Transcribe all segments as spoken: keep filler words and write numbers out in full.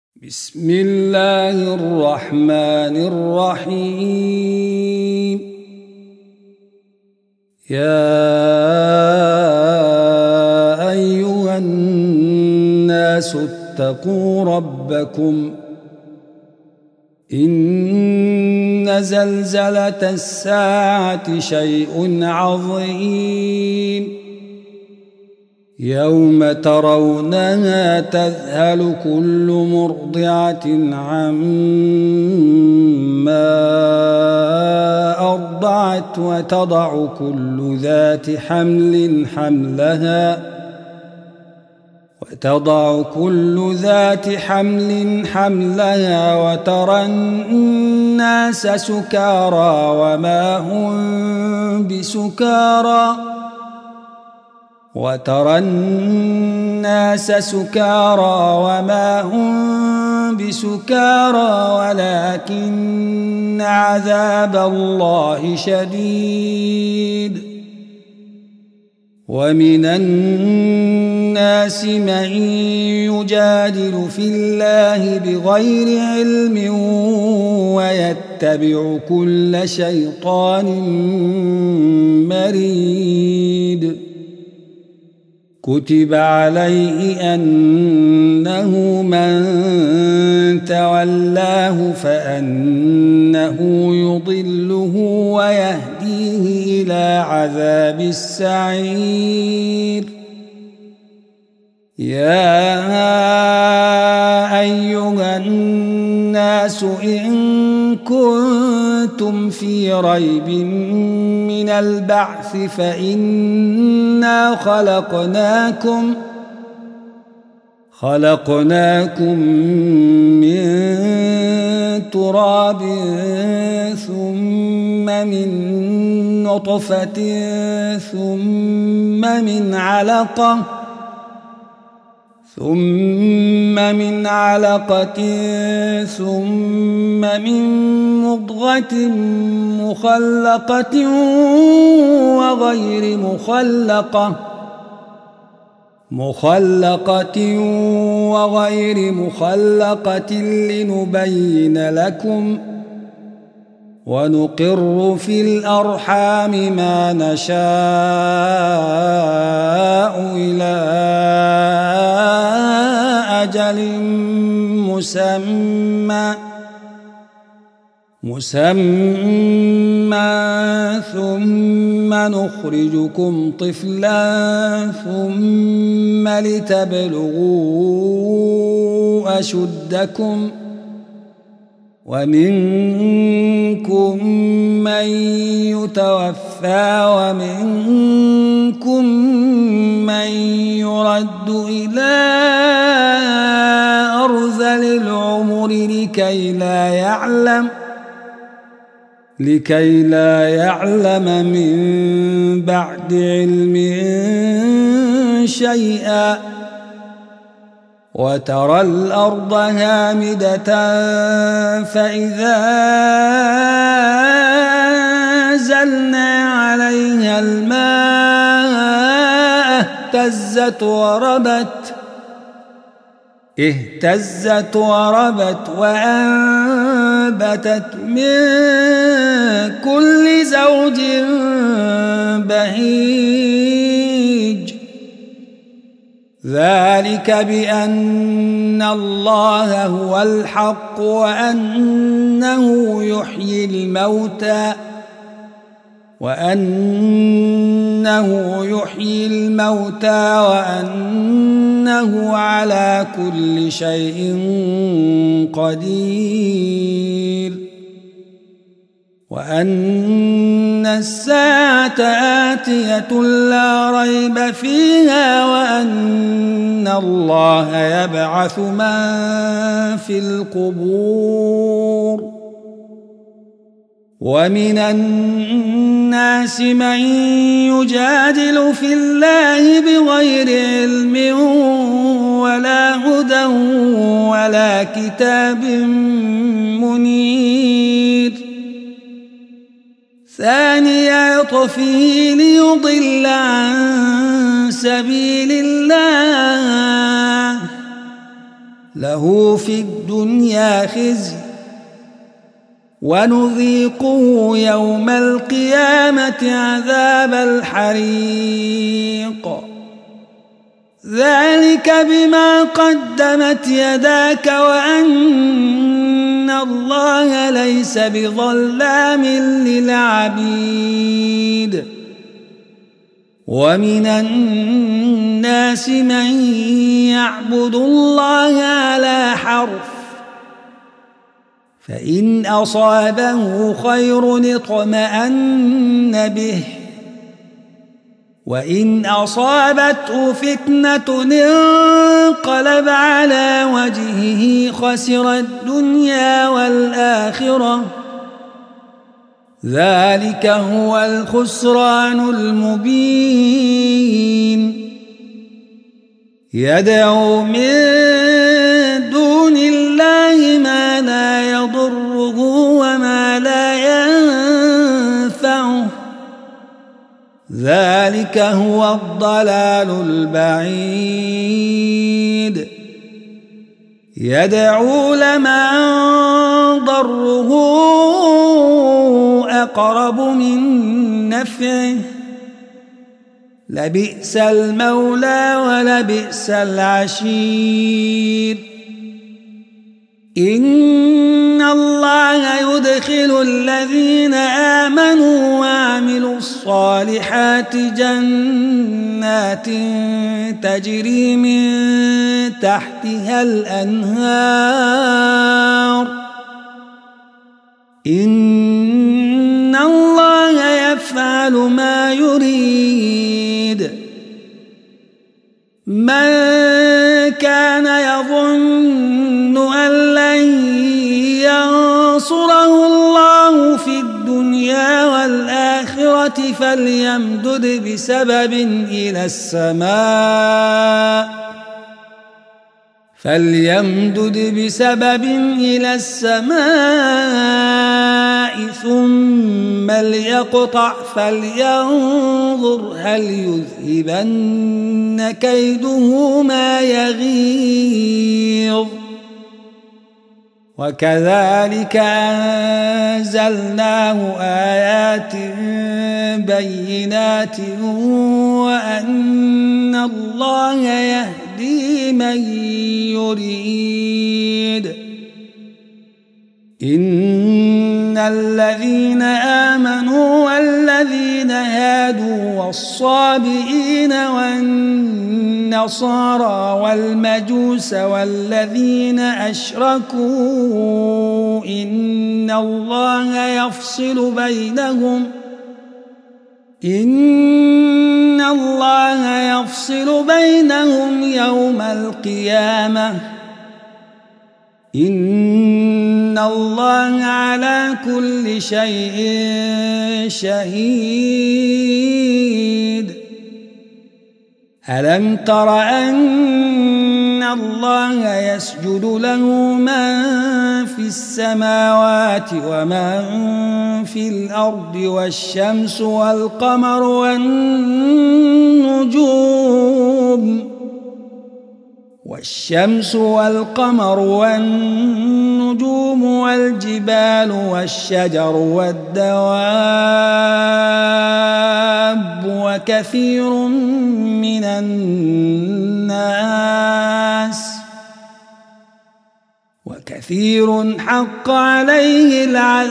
بسم الله الرحمن الرحيم. يا أيها الناس اتقوا ربكم إن زلزلة الساعة شيء عظيم يوم ترونها تذهل كل مرضعة عما أرضعت وتضع كل ذات حمل حملها وتضع كل ذات حمل حملها وترى الناس سكارى وما هم بسكارى وترى الناس سكارى وما هم بسكارى ولكن عذاب الله شديد. ومن الناس من يجادل في الله بغير علم ويتبع كل شيطان مريد. كتب عليه أنه من تولاه فأنه يضله ويهديه إلى عذاب السعير. يا أيها الناس إن كنتم في ريب من البعث فإنا خلقناكم خلقناكم من تراب ثم من نطفة ثم من علقة ثم من علقة ثم من مضغة مخلقة وغير مخلقة مخلقة وغير مخلقة لنبين لكم ونقر في الأرحام ما نشاء إلى أجل مسمى مسمى ثم نخرجكم طفلا ثم لتبلغوا أشدكم ومنكم من يتوفى ومنكم من يرد إلى أرذل العمر لكي لا يعلم لكي لا يعلم من بعد علم شيئا. وترى الأرض هامدة فإذا أنزلنا عليها الماء اهتزت وربت اهتزت وربت وأنبتت من كل زوج بهيج. ذلك بأن الله هو الحق وأنه يحيي الموتى وأنه يحيي الموتى وأنه على كل شيء قدير وأن الساعة آتية لا ريب فيها وأن الله يبعث من في القبور. ومن الناس من يجادل في الله بغير علم ولا هدى ولا كتاب منير. ثاني عطفه ليضل عن سبيل الله له في الدنيا خزي ونذيقه يوم القيامة عذاب الحريق ذلك بما قدمت يداك وأن الله ليس بظلام للعبيد ومن الناس من يعبد الله على حرف فإن أصابه خير اطمأن به وإن أصابته فتنة انقلب على وجهه خسر الدنيا والآخرة ذلك هو الخسران المبين يدعو من دون الله ما لا يضره وما لا ينفعه ذلك هو الضلال البعيد يدعو لمن ضره أقرب من نفعه لبئس المولى ولبئس العشير إن الله يدخل الذين آمنوا وعملوا الصالحات جنات تجري من تحتها الأنهار إن الله يفعل ما يريد من كان يظن أن لن ينصره الله في الدنيا والآخرة فليمدد بسبب إلى السماء فليمدد بسبب إلى السماء ثم ليقطع فلينظر هل يذهبن كيده ما يغيظ وكذلك أنزلناه آيات بينات وأن الله يهدي من يريد إن الذين آمنوا والذين هادوا والصابئين والنصارى والمجوس والذين أشركوا إن الله يفصل بينهم إن الله يفصل بينهم يوم القيامة إن الله على كل شيء شهيد ألم تر أن الله يسجد له من في السماوات ومن في الأرض والشمس والقمر والنجوم والشمس والقمر والنجوم والجبال والشجر والدواب وكثير من الناس وكثير حق عليه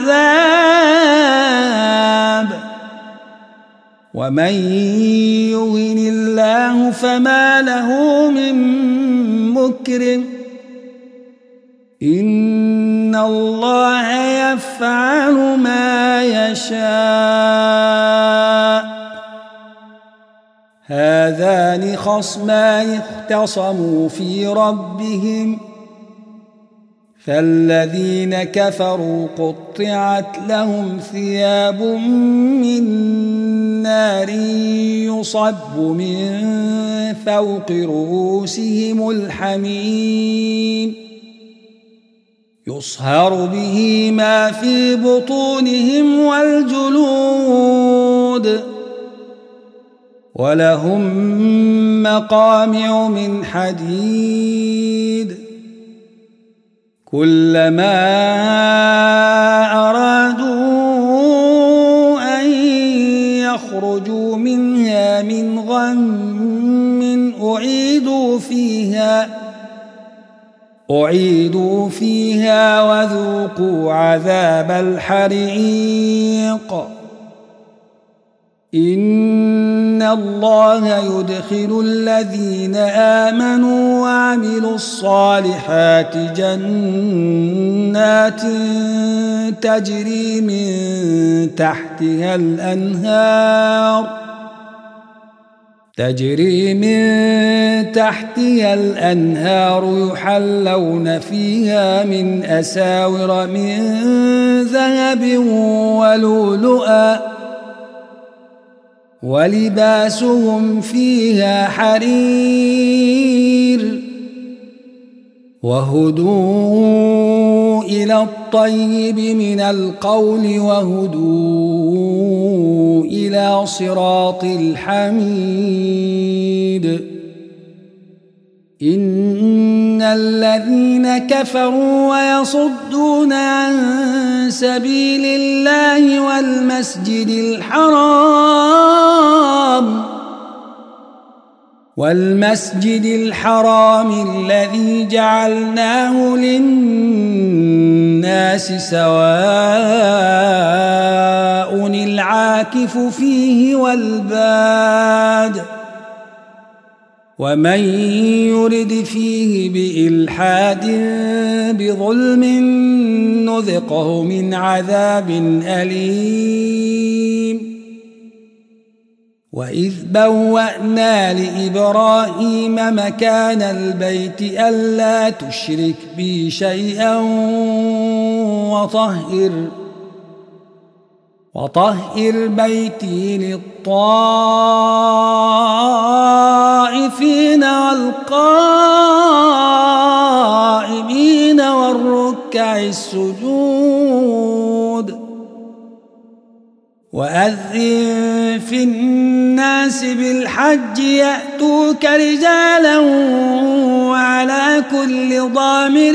العذاب ومن يهن الله فما له من مكرم إن الله يفعل ما يشاء هذان خصمان اختصموا في ربهم فالذين كفروا قطعت لهم ثياب من نار يصب من فوق رؤوسهم الحميم يصهر به ما في بطونهم والجلود ولهم مقامع من حديد كلما أرادوا أن يخرجوا منها من غم أعيدوا فيها أعيدوا فيها وذوقوا عذاب الحريق إن الله يدخل الذين آمنوا وعملوا الصالحات جنات تجري من تحتها الأنهار تجري من تحتها الأنهار يحلون فيها من أساور من ذهب ولؤلؤا ولباسهم فيها حرير وهدوا إلى الطيب من القول وهدوا إلى صراط الحميد إن الذين كفروا ويصدون عن سبيل الله والمسجد الحرام والمسجد الحرام الذي جعلناه للناس سواء العاكف فيه والباد ومن يرد فيه بإلحاد بظلم نذقه من عذاب أليم وإذ بوأنا لإبراهيم مكان البيت ألا تشرك بي شيئا وطهر وطهر بيتي للطائفين والقائمين والركع السجود وأذن في الناس بالحج يأتوك رجالا وعلى كل ضامر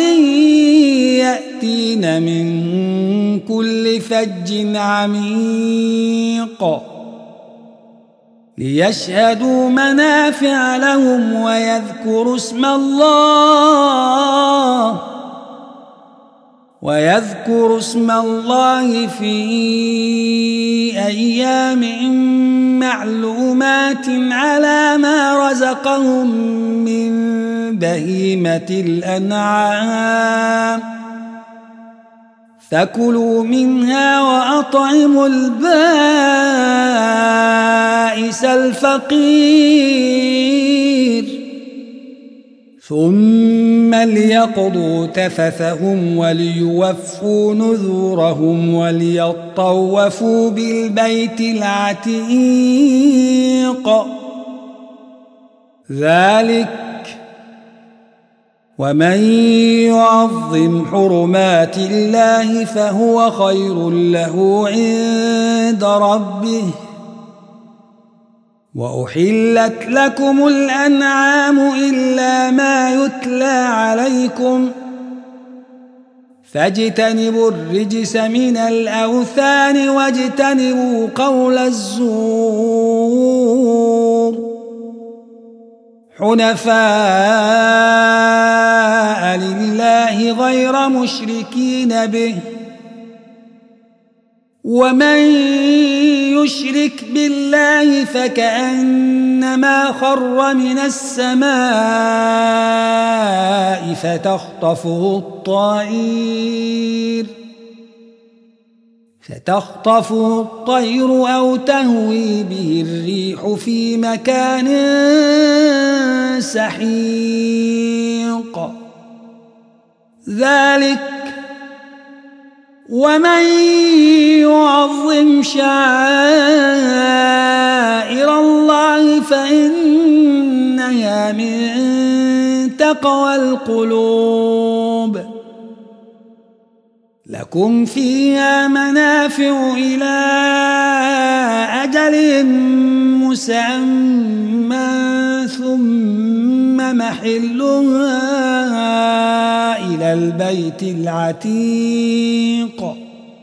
يأتين من كل فج عميق ليشهدوا منافع لهم ويذكروا اسم الله ويذكروا اسم الله في أيام معلومات على ما رزقهم من بهيمة الأنعام فكلوا منها وأطعموا البائس الفقير ثم ليقضوا تفثهم وليوفوا نذورهم وليطوفوا بالبيت العتيق ذلك ومن يعظم حرمات الله فهو خير له عند ربه وأحلت لكم الأنعام إلا ما يتلى عليكم فاجتنبوا الرجس من الأوثان واجتنبوا قول الزور حنفاء لله غير مشركين به ومن يشرك بالله فكأنما خر من السماء فتخطفه الطير فتخطفه الطير أو تهوي به الريح في مكان سحيق ذلك ومن يعظم شعائر الله فإنها من تقوى القلوب لكم فيها منافع إلى أجل مسمى ثم محلها إلى البيت العتيق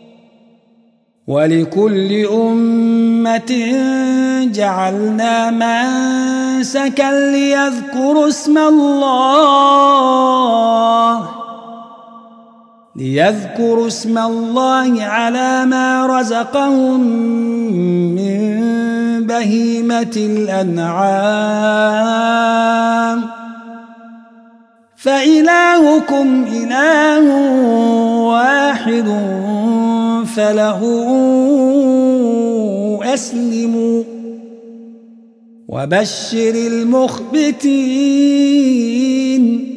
ولكل أمة جعلنا منسكا ليذكروا اسم الله ليذكروا اسم الله على ما رزقهم من بهيمة الأنعام فإلهكم إله واحد فله أسلموا وبشر المخبتين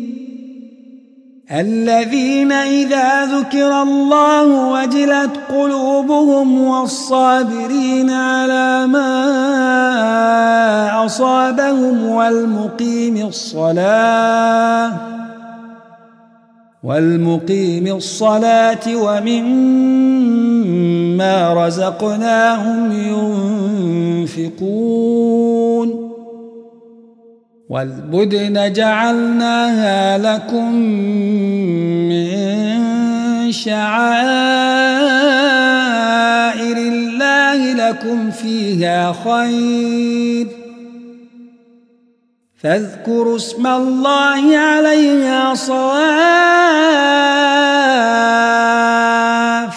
الذين إذا ذكر الله وجلت قلوبهم والصابرين على ما أصابهم والمقيم الصلاة والمقيم الصلاة ومما رزقناهم ينفقون والبدن جعلناها لكم من شعائر الله لكم فيها خير فاذكروا اسم الله عليها صواف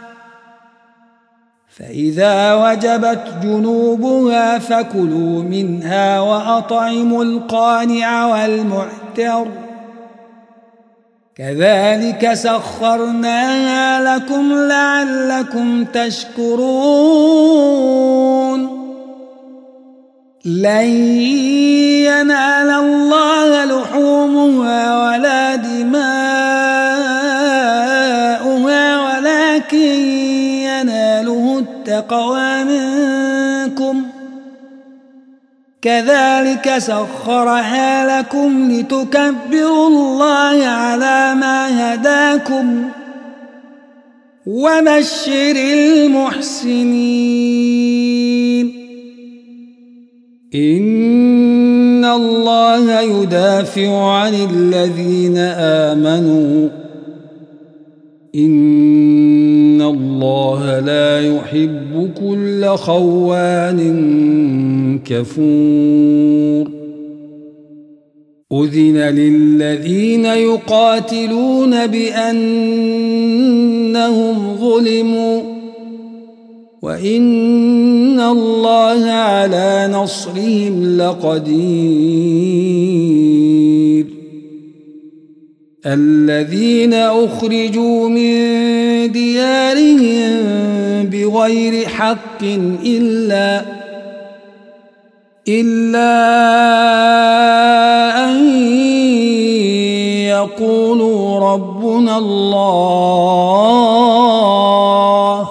فإذا وجبت جنوبها فكلوا منها وأطعموا القانع والمعتر كذلك سخرناها لكم لعلكم تشكرون لن ينال الله لحومها ولا دماؤها ولكن يناله التقوى منكم كذلك سخرها لكم لتكبروا الله على ما هداكم وبشر المحسنين إن الله يدافع عن الذين آمنوا إن الله لا يحب كل خوان كفور أذن للذين يقاتلون بأنهم ظلموا وإن الله على نصرهم لقدير الذين أخرجوا من ديارهم بغير حق إلا إلا أن يقولوا ربنا الله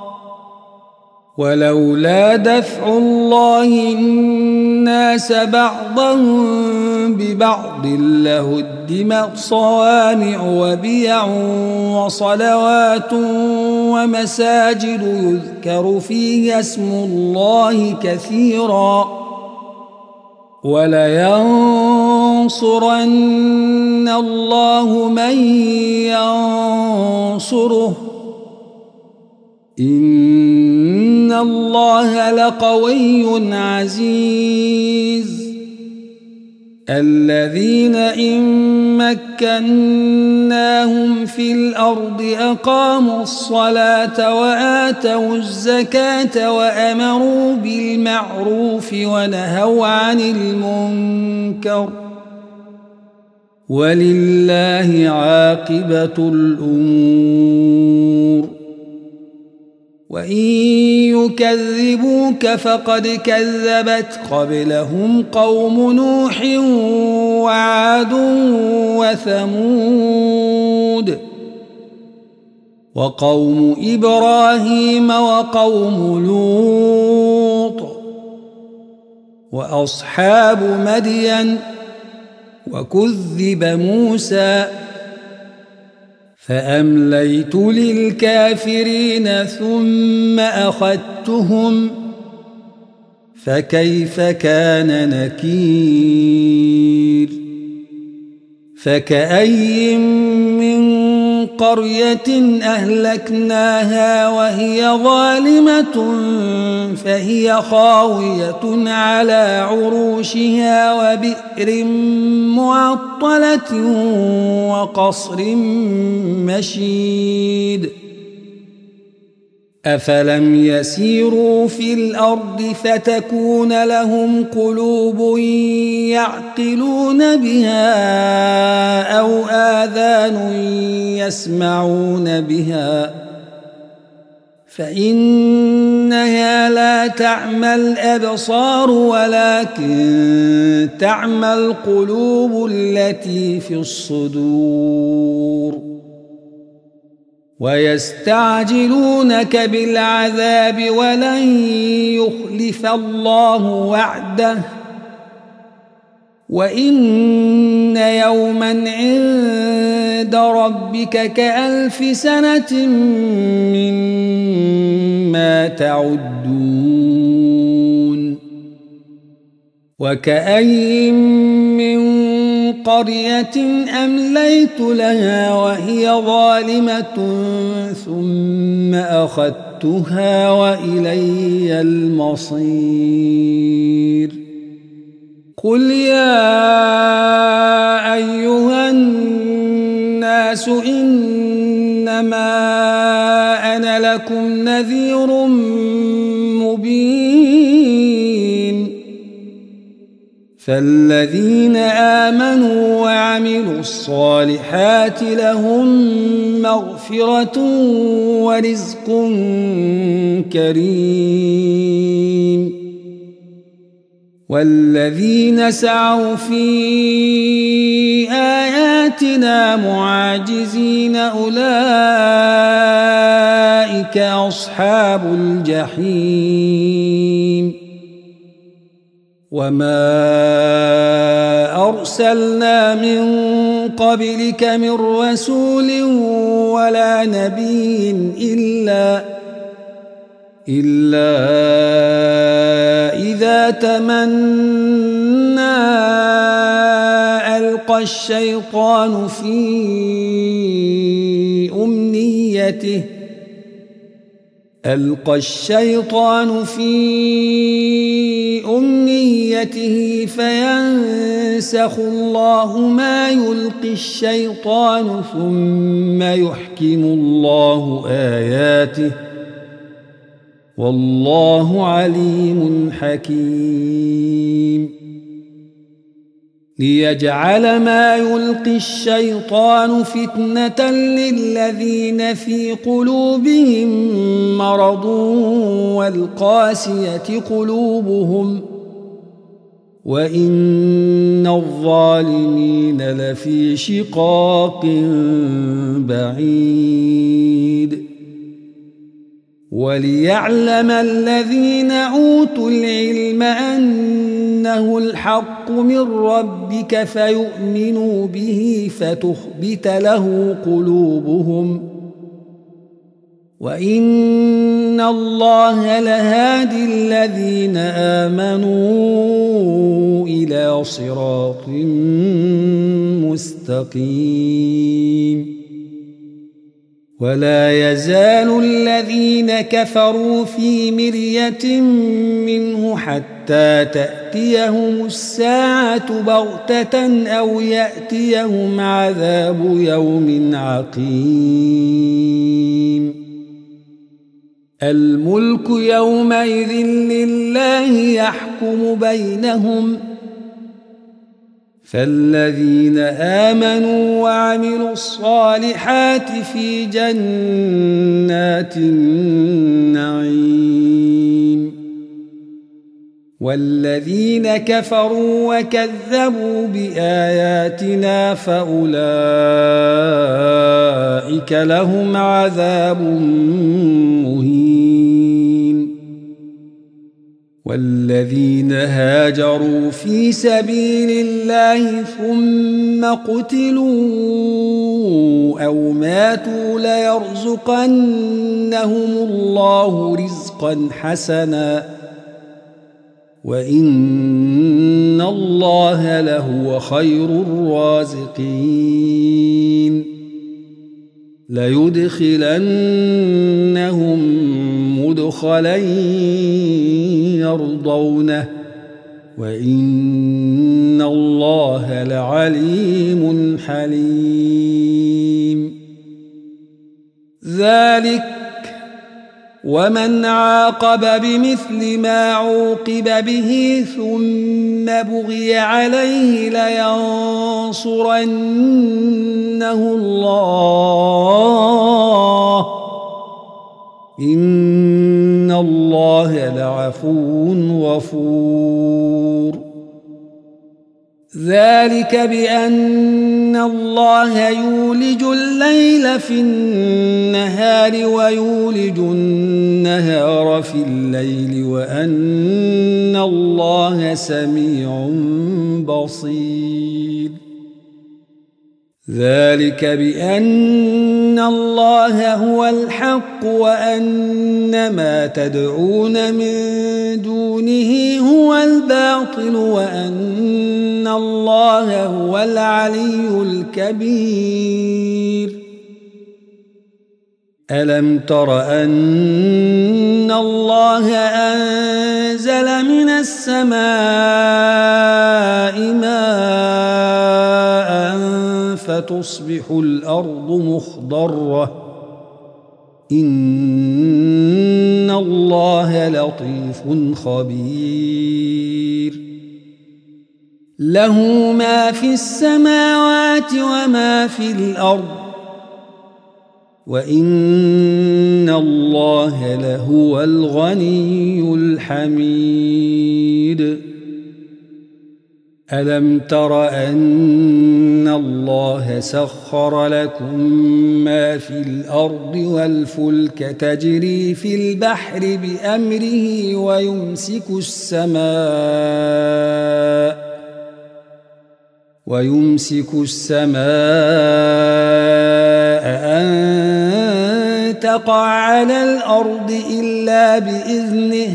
ولولا دفع الله الناس بعضهم ببعض لهدمت صوامع وبيع وصلوات ومساجد يذكر فيها اسم الله كثيرا ولينصرن الله من ينصره إن الله لقوي عزيز الذين إن مكناهم في الأرض أقاموا الصلاة وآتوا الزكاة وأمروا بالمعروف ونهوا عن المنكر ولله عاقبة الأمور وإن يكذبوك فقد كذبت قبلهم قوم نوح وعاد وثمود وقوم إبراهيم وقوم لوط وأصحاب مدين وكذب موسى فأمليت للكافرين ثم أخذتهم فكيف كان نكير فكأي من قرية أهلكناها وهي ظالمة فهي خاوية على عروشها وبئر معطلة وقصر مشيد أفلم يسيروا في الأرض فتكون لهم قلوب يعقلون بها أو آذان يسمعون بها فإنها لا تعمى الأبصار ولكن تعمى القلوب التي في الصدور ويستعجلونك بالعذاب ولن يخلف الله وعده وإن يوما عند ربك كألف سنة مما تعدون وكأي من قرية أمليت لها وهي ظالمة ثم أخذتها وإلي المصير قل يا أيها الناس إنما أنا لكم نذير مبين فالذين آمنوا وعملوا الصالحات لهم مغفرة ورزق كريم والذين سعوا في آياتنا معاجزين أولئك أصحاب الجحيم وما أرسلنا من قبلك من رسول ولا نبي إلا إلا إذا تمنى ألقى الشيطان في أمنيته ألقى الشيطان في أمنيته فينسخ الله ما يلقي الشيطان ثم يحكم الله آياته والله عليم حكيم ليجعل ما يلقي الشيطان فتنة للذين في قلوبهم مرض والقاسية قلوبهم وإن الظالمين لفي شقاق بعيد وليعلم الذين أوتوا العلم أنه الحق من ربك فيؤمنوا به فتخبت له قلوبهم وإن الله لهادي الذين آمنوا إلى صراط مستقيم ولا يزال الذين كفروا في مرية منه حتى تأتيهم الساعة بغتة أو يأتيهم عذاب يوم عقيم الملك يومئذ لله يحكم بينهم فالذين آمنوا وعملوا الصالحات في جنات النعيم والذين كفروا وكذبوا بآياتنا فأولئك لهم عذاب مهين والذين هاجروا في سبيل الله ثم قتلوا أو ماتوا ليرزقنهم الله رزقا حسنا وإن الله لهو خير الرازقين ليدخلنهم مدخلا يرضونه وإن الله لعليم حليم ذلك ومن عاقب بمثل ما عوقب به ثم بغي عليه لينصرنه الله إن الله لعفو غفور ذلك بأن الله يولج الليل في النهار ويولج النهار في الليل وأن الله سميع بصير ذلك بأن الله هو الحق وأن ما تدعون من دونه هو الباطل وأن الله هو العلي الكبير ألم تر أن الله أنزل من السماء ماء فتصبح الأرض مخضرة إن الله لطيف خبير له ما في السماوات وما في الأرض وإن الله لهو الغني الحميد ألم تر أن الله سخر لكم ما في الأرض والفلك تجري في البحر بأمره ويمسك السماء ويمسك السماء أن تقع على الأرض إلا بإذنه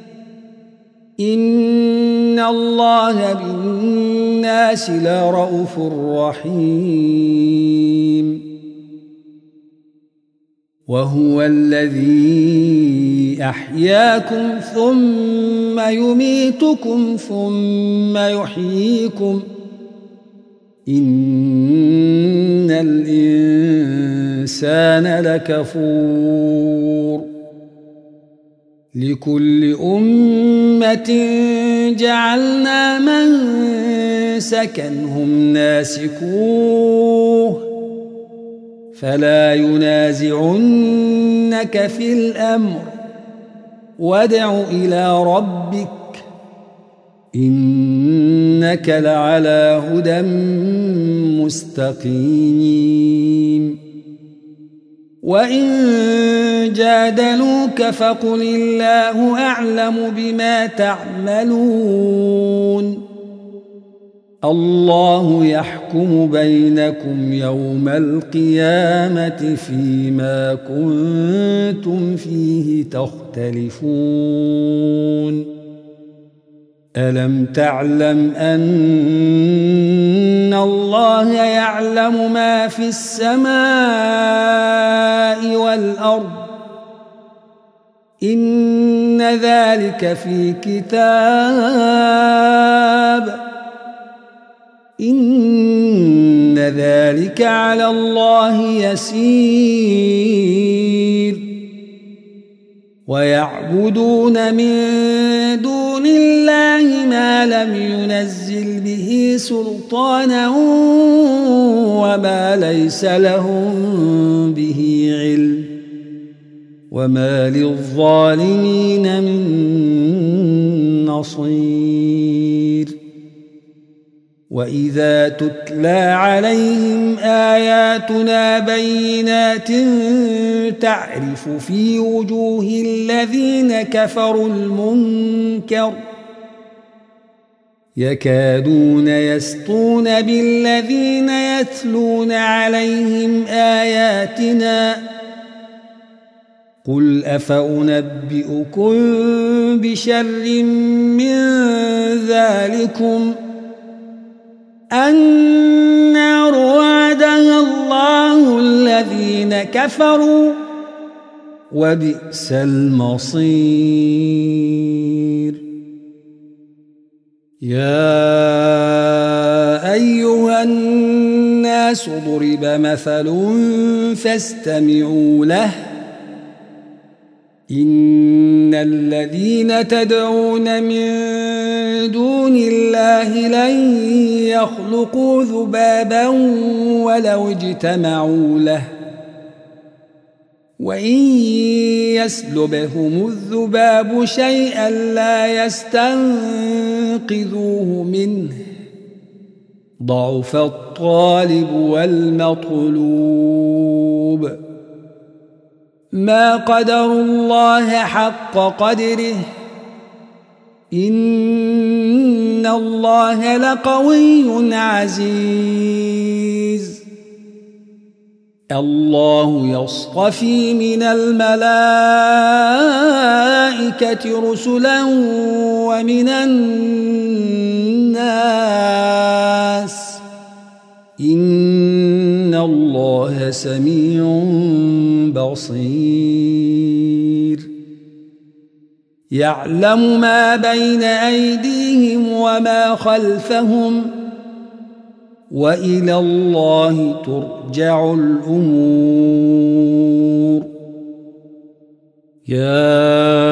إن الله بالناس لرءوف رحيم وهو الذي أحياكم ثم يميتكم ثم يحييكم إن الإنسان لكفور لكل أمة جعلنا منسكا هم ناسكوه فلا ينازعنك في الأمر وادع إلى ربك إنك لعلى هدى مستقيم وإن جادلوك فقل الله أعلم بما تعملون الله يحكم بينكم يوم القيامة فيما كنتم فيه تختلفون ألم تعلم أن الله يعلم ما في السماء والأرض إن ذلك في كتاب إن ذلك على الله يسير ويعبدون من دون الله ما لم ينزل به سلطانا وما ليس لهم به علم وما للظالمين من نصير وإذا تتلى عليهم آياتنا بينات تعرف في وجوه الذين كفروا المنكر يكادون يسطون بالذين يتلون عليهم آياتنا قل أفأنبئكم بشر من ذلكم النار وعدها الله الذين كفروا وبئس المصير يا أيها الناس ضرب مثل فاستمعوا له إن الذين تدعون من دون الله لن يخلقوا ذبابا ولو اجتمعوا له وإن يسلبهم الذباب شيئا لا يستنقذوه منه ضعف الطالب والمطلوب ما قدروا الله حق قدره إن الله لقوي عزيز الله يصطفي من الملائكة رسلا ومن الناس إن الله سميع بصير يعلم ما بين أيديهم وما خلفهم وإلى الله ترجع الأمور يا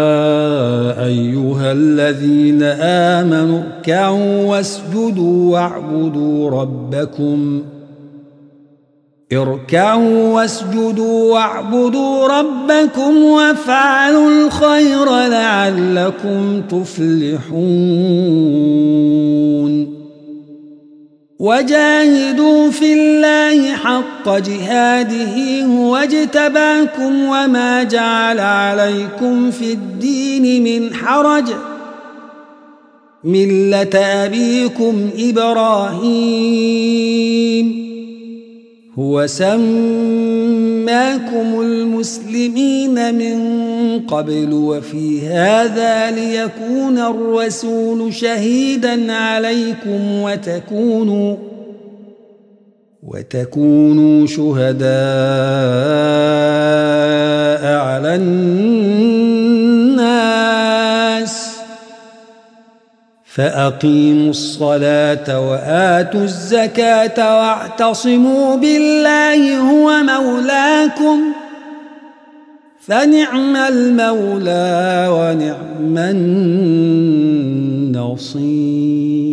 أيها الذين آمنوا اركعوا واسجدوا واعبدوا ربكم اركعوا واسجدوا واعبدوا ربكم وافعلوا الخير لعلكم تفلحون وجاهدوا في الله حق جهاده هو اجتباكم وما جعل عليكم في الدين من حرج ملة أبيكم إبراهيم هو سماكم المسلمين من قبل وفي هذا ليكون الرسول شهيدا عليكم وتكونوا وتكونوا شهداء على الناس فأقيموا الصلاة وآتوا الزكاة واعتصموا بالله هو مولاكم فنعم المولى ونعم النصير